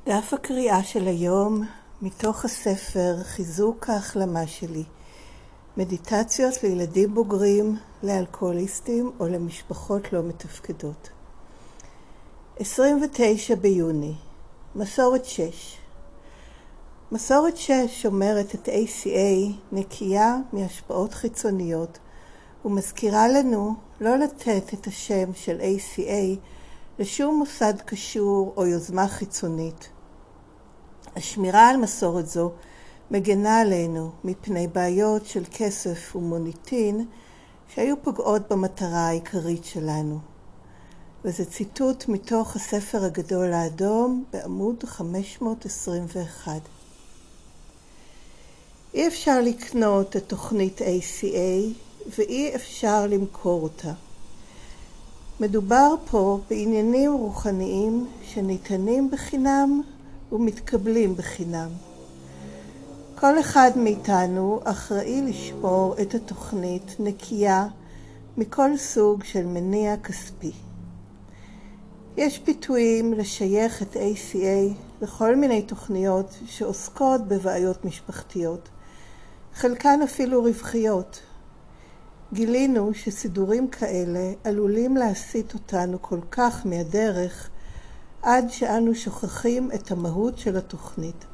דף הקריאה של היום מתוך הספר חיזוק ההחלמה שלי, מדיטציות לילדים בוגרים, לאלכוהוליסטים או למשפחות לא מתפקדות. 29 ביוני, מסורת 6. מסורת 6 שומרת את ACA נקייה מהשפעות חיצוניות ומזכירה לנו לא לתת את השם של ACA לשום מוסד קשור או יוזמה חיצונית. השמירה על מסורת זו מגנה עלינו מפני בעיות של כסף ומוניטין שהיו פוגעות במטרה העיקרית שלנו. וזה ציטוט מתוך הספר הגדול האדום בעמוד 521. אי אפשר לקנות את תוכנית ACA ואי אפשר למכור אותה. מדובר פה בעניינים רוחניים שניתנים בחינם ומתקבלים בחינם. כל אחד מאיתנו אחראי לשמור את התוכנית נקייה מכל סוג של מניע כספי. יש פיתויים לשייך את ACA לכל מיני תוכניות שעוסקות בבעיות משפחתיות, חלקן אפילו רווחיות. גילינו שסידורים כאלה עלולים להסיט אותנו כל כך מהדרך עד שאנו שוכחים את המהות של התוכנית.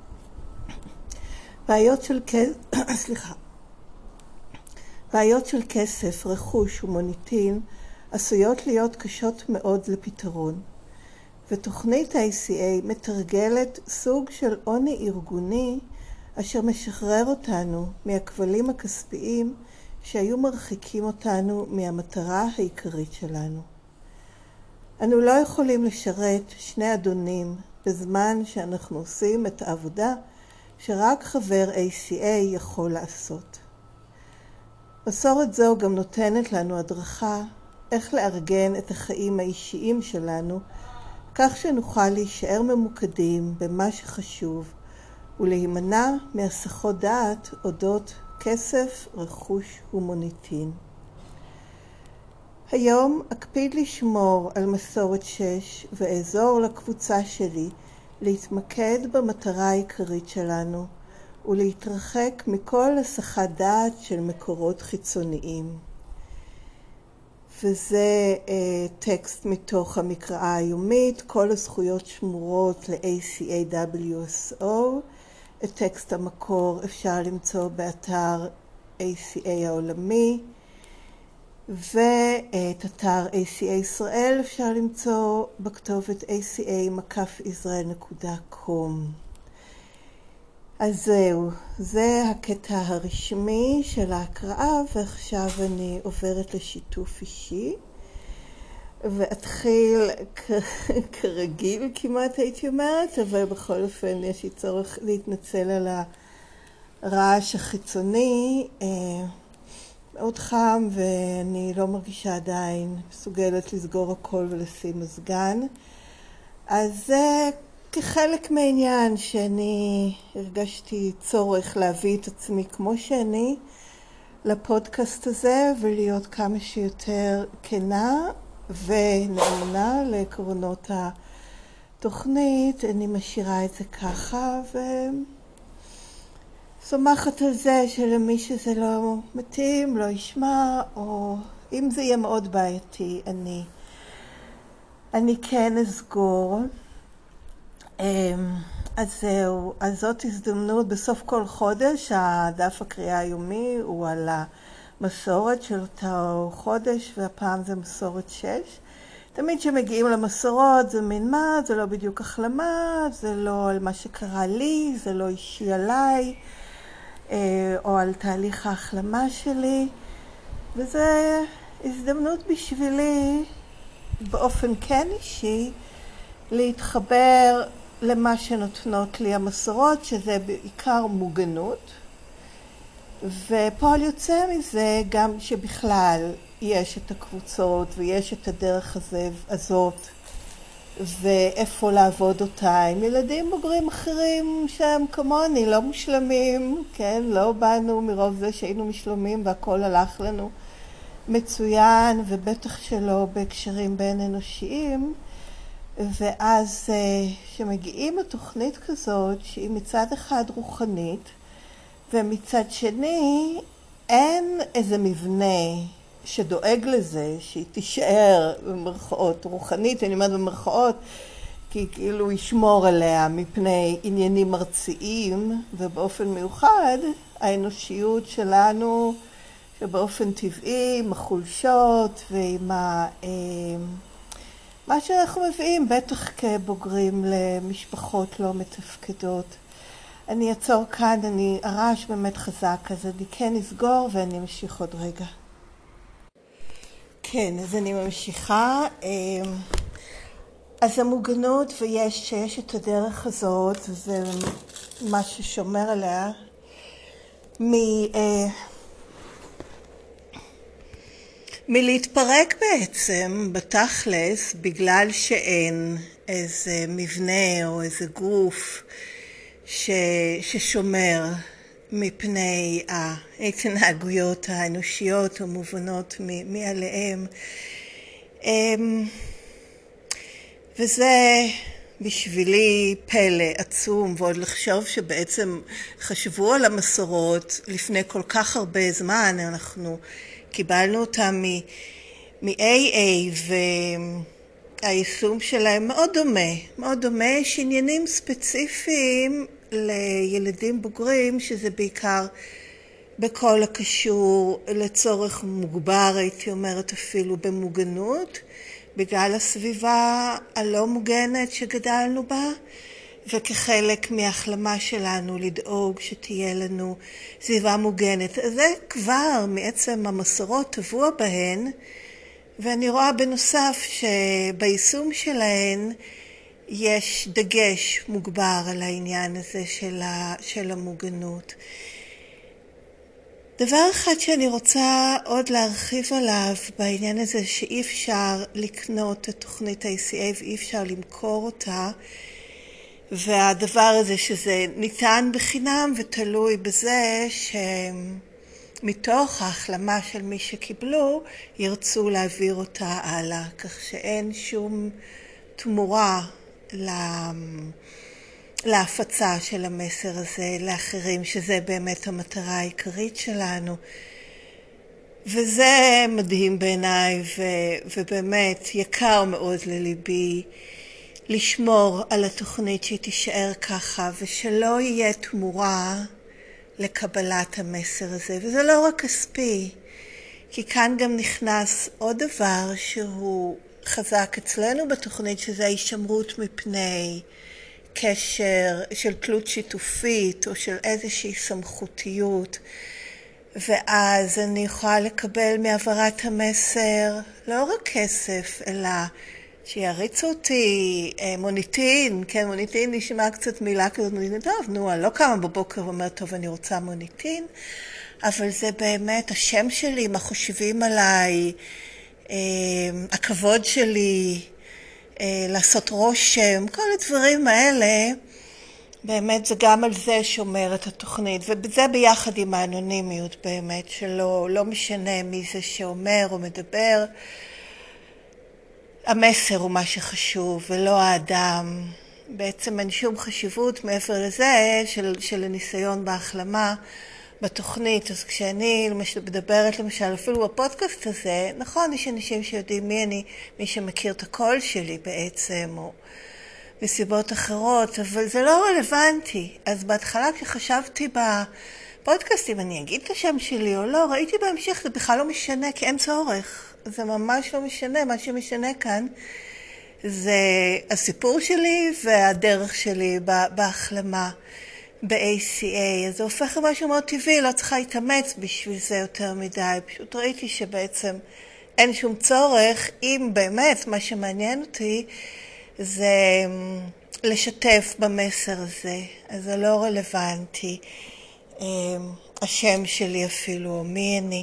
בעיות של כסף, רכוש ומוניטין עשויות להיות קשות מאוד לפתרון. ותוכנית ה-ACA מתרגלת סוג של עוני ארגוני אשר משחרר אותנו מהכבלים הכספיים שהיו מרחיקים אותנו מהמטרה העיקרית שלנו. אנו לא יכולים לשרת שני אדונים בזמן שאנחנו עושים את העבודה שרק חבר ACA יכול לעשות. מסורת זו גם נותנת לנו הדרכה איך לארגן את החיים האישיים שלנו כך שנוכל להישאר ממוקדים במה שחשוב ולהימנע מהסחות דעת אודות כסף, רכוש ומוניטין. היום אקפיד לשמור על מסורת 6 ואעזור לקבוצה שלי להתמקד במטרה העיקרית שלנו ולהתרחק מכל הסחת דעת של מקורות חיצוניים. וזה טקסט מתוך המקראה היומית, כל הזכויות שמורות ל-ACA WSO. את טקסט המקור אפשר למצוא באתר ACA העולמי, ואת אתר ACA ישראל אפשר למצוא בכתובת aca-israel.com. אז זהו, זה הקטע הרשמי של ההקראה, ועכשיו אני עוברת לשיתוף אישי, ואתחיל כרגיל כמעט הייתי אומרת, אבל בכל אופן יש לי צורך להתנצל על הרעש החיצוני. מאוד חם ואני לא מרגישה עדיין מסוגלת לסגור הכל ולשים מזגן. אז זה כחלק מהעניין שאני הרגשתי צורך להביא את עצמי כמו שאני לפודקאסט הזה ולהיות כמה שיותר כנה ונאמנה לעקרונות התוכנית. אני משאירה את זה ככה וסומכת על זה שלמי שזה לא מתאים, לא ישמע, או אם זה יהיה מאוד בעייתי, אני כן אסגור. אז זהו, אז זאת הזדמנות. בסוף כל חודש הדף הקריאה היומי הוא על המסורת של אותו חודש, והפעם זה מסורת 6. תמיד שמגיעים למסורות זה מין מה, זה לא בדיוק החלמה, זה לא על מה שקרה לי, זה לא אישי עליי, או על תהליך ההחלמה שלי, וזה הזדמנות בשבילי באופן כן אישי להתחבר למה שנותנות לי המסורות, שזה בעיקר מוגנות, ופועל יוצא מזה גם שבכלל יש את הקבוצות ויש את הדרך הזאת ואיפה לעבוד אותה עם ילדים בוגרים אחרים שהם כמוני לא מושלמים, כן? לא באנו מרוב זה שהיינו משלמים והכל הלך לנו מצוין, ובטח שלא בהקשרים בין אנושיים, ואז שמגיעים לתוכנית כזאת שהיא מצד אחד רוחנית, ומצד שני אין איזה מבנה שדואג לזה שהיא תישאר במרכאות רוחנית, אני אומרת במרכאות, כי כאילו ישמור עליה מפני עניינים ארציים, ובאופן מיוחד האנושיות שלנו שבאופן טבעי עם החולשות ועם מה שאנחנו מביאים בטח כבוגרים למשפחות לא מתפקדות. אני אעצור כאן, הרעש באמת חזק, אז אני כן אסגור ואני אמשיך עוד רגע. כן, אז אני ממשיכה. אז המוגנות, ויש את הדרך הזאת, וזה מה ששומר עליה, מלהתפרק בעצם בתכלס, בגלל שאין איזה מבנה או איזה גוף ששומר מפני ההתנהגויות האנושיות המובנות מעליהם. וזה בשבילי פלא עצום, ועוד לחשוב שבעצם חשבו על המסורות לפני כל כך הרבה זמן. אנחנו קיבלנו אותם מ-AA, והיישום שלהם מאוד דומה, יש עניינים ספציפיים לילדים בוגרים, שזה בעיקר בכל הקשור לצורך מוגבר, הייתי אומרת אפילו במוגנות, בגלל הסביבה הלא מוגנת שגדלנו בה, וכחלק מההחלמה שלנו לדאוג שתהיה לנו סביבה מוגנת. אז זה כבר מעצם המסורות טבוע בהן, ואני רואה בנוסף שביישום שלהן יש דגש מוגבר על העניין הזה של המוגנות. דבר אחד שאני רוצה עוד להרחיב עליו בעניין הזה, שאי אפשר לקנות את תוכנית ה-ACA ואי אפשר למכור אותה, והדבר הזה שזה ניתן בחינם ותלוי בזה שמתוך ההחלמה של מי שקיבלו ירצו להעביר אותה הלאה, כך שאין שום תמורה להפצה של המסר הזה לאחרים, שזה באמת המטרה העיקרית שלנו. וזה מדהים בעיניי, ובאמת יקר מאוד לליבי לשמור על התוכנית שהיא תישאר ככה, ושלא יהיה תמורה לקבלת המסר הזה. וזה לא רק כספי, כי כאן גם נכנס עוד דבר שהוא חזק אצלנו בתוכנית, שזה ההישמרות מפני קשר של תלות שיתופית או של איזושהי סמכותיות. ואז אני יכולה לקבל מעברת המסר לא רק כסף, אלא שיריצו אותי, מוניטין. כן, מוניטין נשמע קצת מילה כזאת, מוניטין, טוב, נו, אני לא קמה בבוקר ואומרת, טוב, אני רוצה מוניטין, אבל זה באמת השם שלי, מה חושבים עליי, הכבוד שלי, לעשות רושם, כל הדברים האלה, באמת זה גם על זה שומר את התוכנית, וזה ביחד עם האנונימיות באמת, שלא משנה מי זה שאומר או מדבר, המסר הוא מה שחשוב ולא האדם. בעצם אין שום חשיבות מעבר לזה של הניסיון בהחלמה בתוכנית. אז כשאני מדברת למשל אפילו בפודקאסט הזה, נכון, יש אנשים שיודעים מי אני, מי שמכיר את הקול שלי בעצם, או מסיבות אחרות, אבל זה לא רלוונטי. אז בהתחלה כשחשבתי בפודקאסט אם אני אגיד את השם שלי או לא, ראיתי בהמשך, זה בכלל לא משנה, כי אין צורך. זה ממש לא משנה. מה שמשנה כאן זה הסיפור שלי והדרך שלי בהחלמה ב-ACA. אז זה הופך למשהו מאוד טבעי, לא צריכה להתאמץ בשביל זה יותר מדי. פשוט ראיתי שבעצם אין שום צורך, אם באמת מה שמעניין אותי זה לשתף במסר הזה. אז זה לא רלוונטי, השם שלי אפילו, מי אני.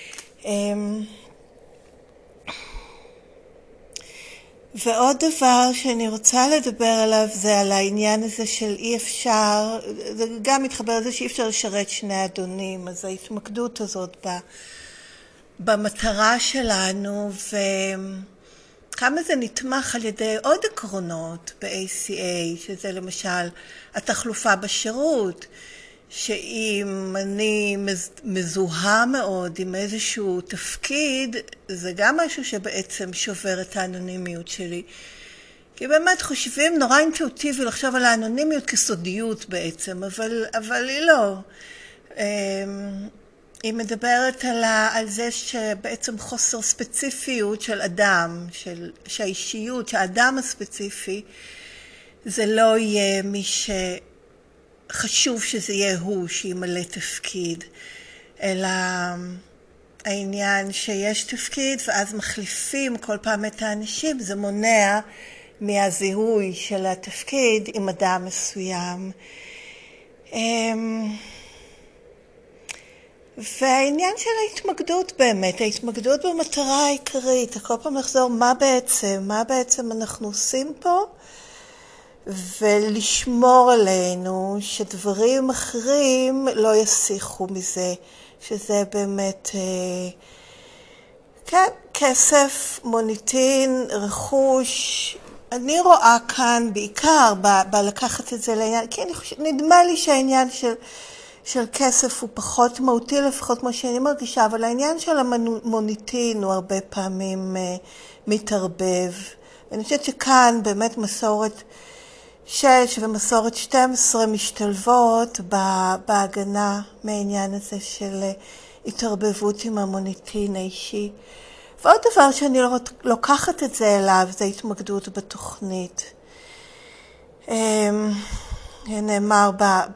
ועוד דבר שאני רוצה לדבר עליו זה על העניין הזה של אי אפשר, זה גם מתחבר לזה שאי אפשר לשרת שני אדונים, אז ההתמקדות הזאת במטרה שלנו, כמה זה נתמך על ידי עוד עקרונות ב-ACA, שזה למשל התחלופה בשירות, שאם אני מזוהה מאוד עם איזשהו תפקיד, זה גם משהו שבעצם שובר את האנונימיות שלי. כי באמת חושבים נורא אינטואיטיבי לחשוב על האנונימיות כסודיות בעצם, אבל היא לא. היא מדברת על זה שבעצם חוסר ספציפיות של אדם, שהאישיות, שהאדם הספציפי, זה לא יהיה מי שחשוב שזה יהיה הוא שימלא תפקיד, אלא העניין שיש תפקיד ואז מחליפים כל פעם את האנשים, זה מונע מהזיהוי של התפקיד עם אדם מסוים. והעניין של ההתמקדות באמת, ההתמקדות במטרה העיקרית, כל פעם לחזור מה בעצם אנחנו עושים פה, ולשמור עלינו שדברים אחרים לא יסיחו מזה, שזה באמת, כן, כסף, מוניטין, רכוש. אני רואה כאן בעיקר בלקחת את זה לעניין, כי נדמה לי שהעניין של כסף הוא פחות מהותי, לפחות כמו שאני מרגישה, אבל העניין של המוניטין הוא הרבה פעמים מתערבב. ואני חושבת שכאן באמת מסורת 6 ומסורת 12 משתלבות בהגנה מהעניין הזה של התערבבות עם המוניטין האישי. ועוד דבר שאני לוקחת את זה אליו, זה התמקדות בתוכנית. נאמר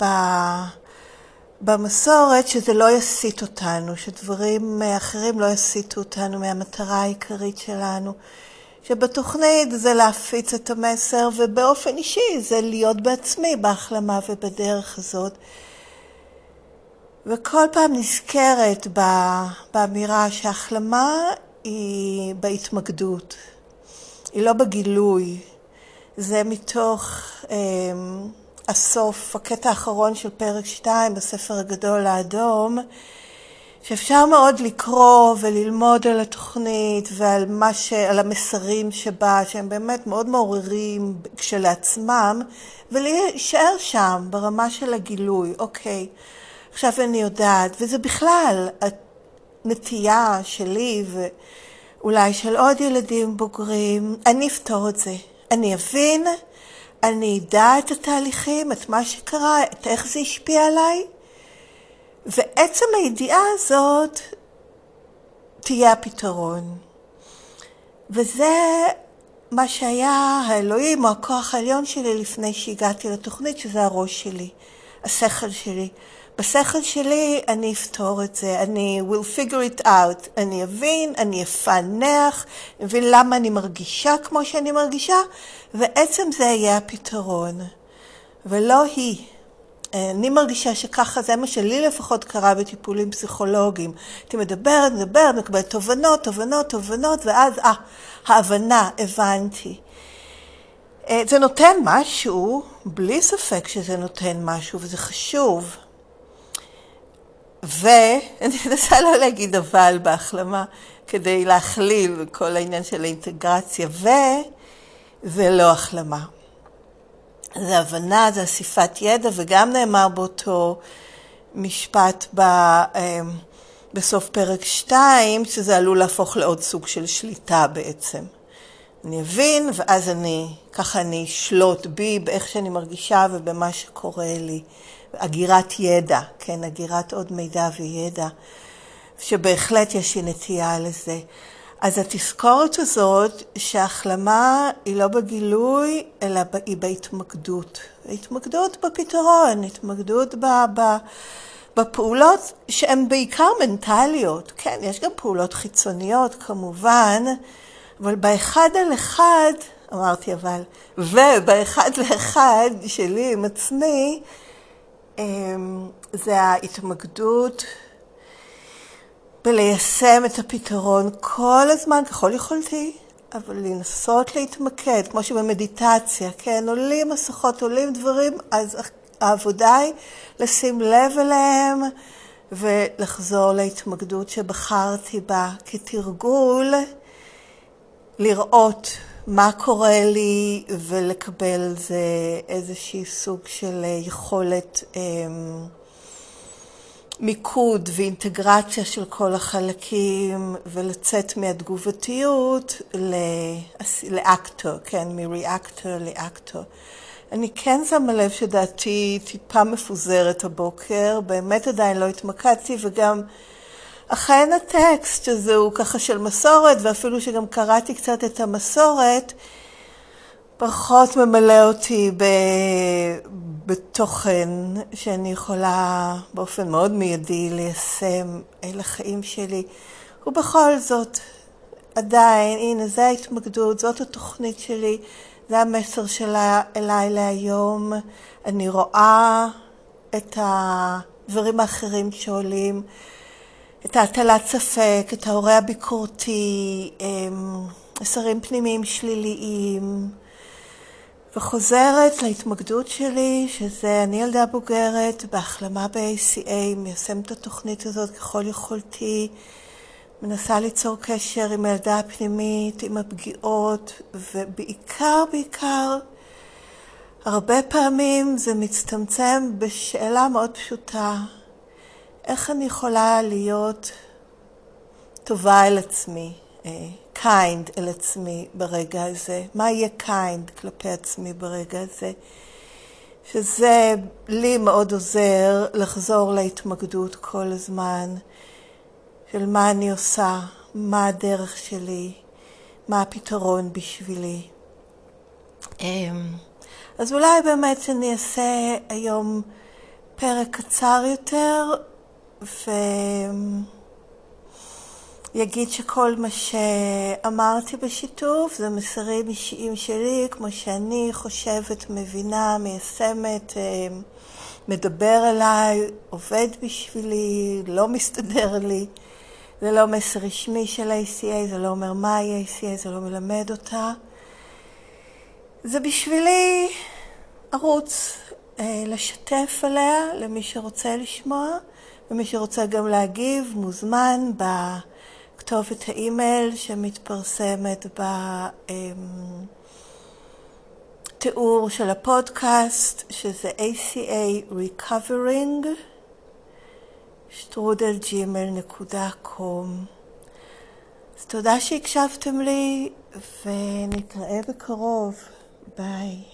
במסורת שזה לא יסיט אותנו, שדברים אחרים לא יסיטו אותנו מהמטרה העיקרית שלנו. שבתוכנית זה להפיץ את המסר, ובאופן אישי זה להיות בעצמי בהחלמה ובדרך הזאת. וכל פעם נזכרת באמירה שההחלמה היא בהתמקדות, היא לא בגילוי. זה מתוך הסוף, הקטע האחרון של פרק 2 בספר הגדול האדום, שאפשר מאוד לקרוא וללמוד על התוכנית ועל על המסרים שבה, שהם באמת מאוד מעוררים כשלעצמם, ולהישאר שם ברמה של הגילוי. אוקיי, עכשיו אני יודעת, וזה בכלל הנטייה שלי ואולי של עוד ילדים בוגרים, אני אפתור את זה. אני אבין, אני אדע את התהליכים, את מה שקרה, את איך זה השפיע עליי, ועצם הידיעה הזאת תהיה הפתרון. וזה מה שהיה האלוהים או הכוח העליון שלי לפני שהגעתי לתוכנית, שזה הראש שלי, השכל שלי. בשכל שלי אני אפתור את זה, אני will figure it out, אני אבין, אני אפענח, אני אבין למה אני מרגישה כמו שאני מרגישה, ועצם זה יהיה הפתרון, ולא היא. אני מרגישה שככה זה מה שלי לפחות קרה בטיפולים פסיכולוגיים. הייתי מדברת, מקבלת תובנות, ואז ההבנה, הבנתי. זה נותן משהו, בלי ספק שזה נותן משהו, וזה חשוב. ואני מנסה לא להגיד אבל בהחלמה, כדי להכליל כל העניין של האינטגרציה, וזה לא החלמה. זה הבנה, זה אסיפת ידע, וגם נאמר באותו משפט בסוף פרק 2, שזה עלול להפוך לעוד סוג של שליטה בעצם. אני אבין, ואז ככה אני אשלוט בי, באיך שאני מרגישה ובמה שקורה לי. אגירת ידע, כן, אגירת עוד מידע וידע, שבהחלט יש לי נטייה לזה. אז התזכורת הזאת שההחלמה היא לא בגילוי, אלא היא בהתמקדות. התמקדות בפתרון, התמקדות בפעולות שהן בעיקר מנטליות. כן, יש גם פעולות חיצוניות כמובן, אבל באחד על אחד, אמרתי ובאחד לאחד שלי עם עצמי, זה ההתמקדות בליישם את הפתרון כל הזמן, ככל יכולתי, אבל לנסות להתמקד, כמו שבמדיטציה, כן, עולים מסכות, עולים דברים, אז העבודה היא לשים לב אליהם ולחזור להתמקדות שבחרתי בה כתרגול, לראות מה קורה לי ולקבל זה איזושהי סוג של יכולת מיקוד ואינטגרציה של כל החלקים ולצאת מהתגובתיות לאקטור, כן, מריאקטור לאקטור. אני כן שמה לב שדעתי טיפה מפוזרת הבוקר, באמת עדיין לא התמקדתי וגם אכן הטקסט שזה הוא ככה של מסורת ואפילו שגם קראתי קצת את המסורת, פחות ממלא אותי בתוכן שאני יכולה באופן מאוד מיידי ליישם לחיים שלי. ובכל זאת, עדיין, הנה, זה ההתמקדות, זאת התוכנית שלי, זה המסר שלה אליי להיום. אני רואה את הדברים האחרים שעולים, את ההטלת ספק, את ההורה הביקורתי, מסרים פנימיים שליליים, וחוזרת להתמקדות שלי, שזה אני ילדה בוגרת, בהחלמה ב-ACA, מיישמת את התוכנית הזאת ככל יכולתי, מנסה ליצור קשר עם הילדה הפנימית, עם הפגיעות, ובעיקר, הרבה פעמים זה מצטמצם בשאלה מאוד פשוטה, איך אני יכולה להיות טובה אל עצמי, kind אל עצמי ברגע הזה? מה יהיה kind כלפי עצמי ברגע הזה? שזה לי מאוד עוזר לחזור להתמקדות כל הזמן, של מה אני עושה, מה הדרך שלי, מה הפתרון בשבילי. אז אולי באמת שאני אעשה היום פרק קצר יותר, ויגיד שכל מה שאמרתי בשיתוף זה מסרים אישיים שלי, כמו שאני חושבת, מבינה, מיישמת, מדבר אליי, עובד בשבילי, לא מסתדר לי. זה לא מסר רשמי של ACA, זה לא אומר מה היא ACA, זה לא מלמד אותה. זה בשבילי ערוץ לשתף עליה, למי שרוצה לשמוע, ומי שרוצה גם להגיב, מוזמן בכתובת האימייל שמתפרסמת בתיאור של הפודקאסט, שזה ACA Recovering, @gmail.com. אז תודה שהקשבתם לי, ונתראה בקרוב. ביי.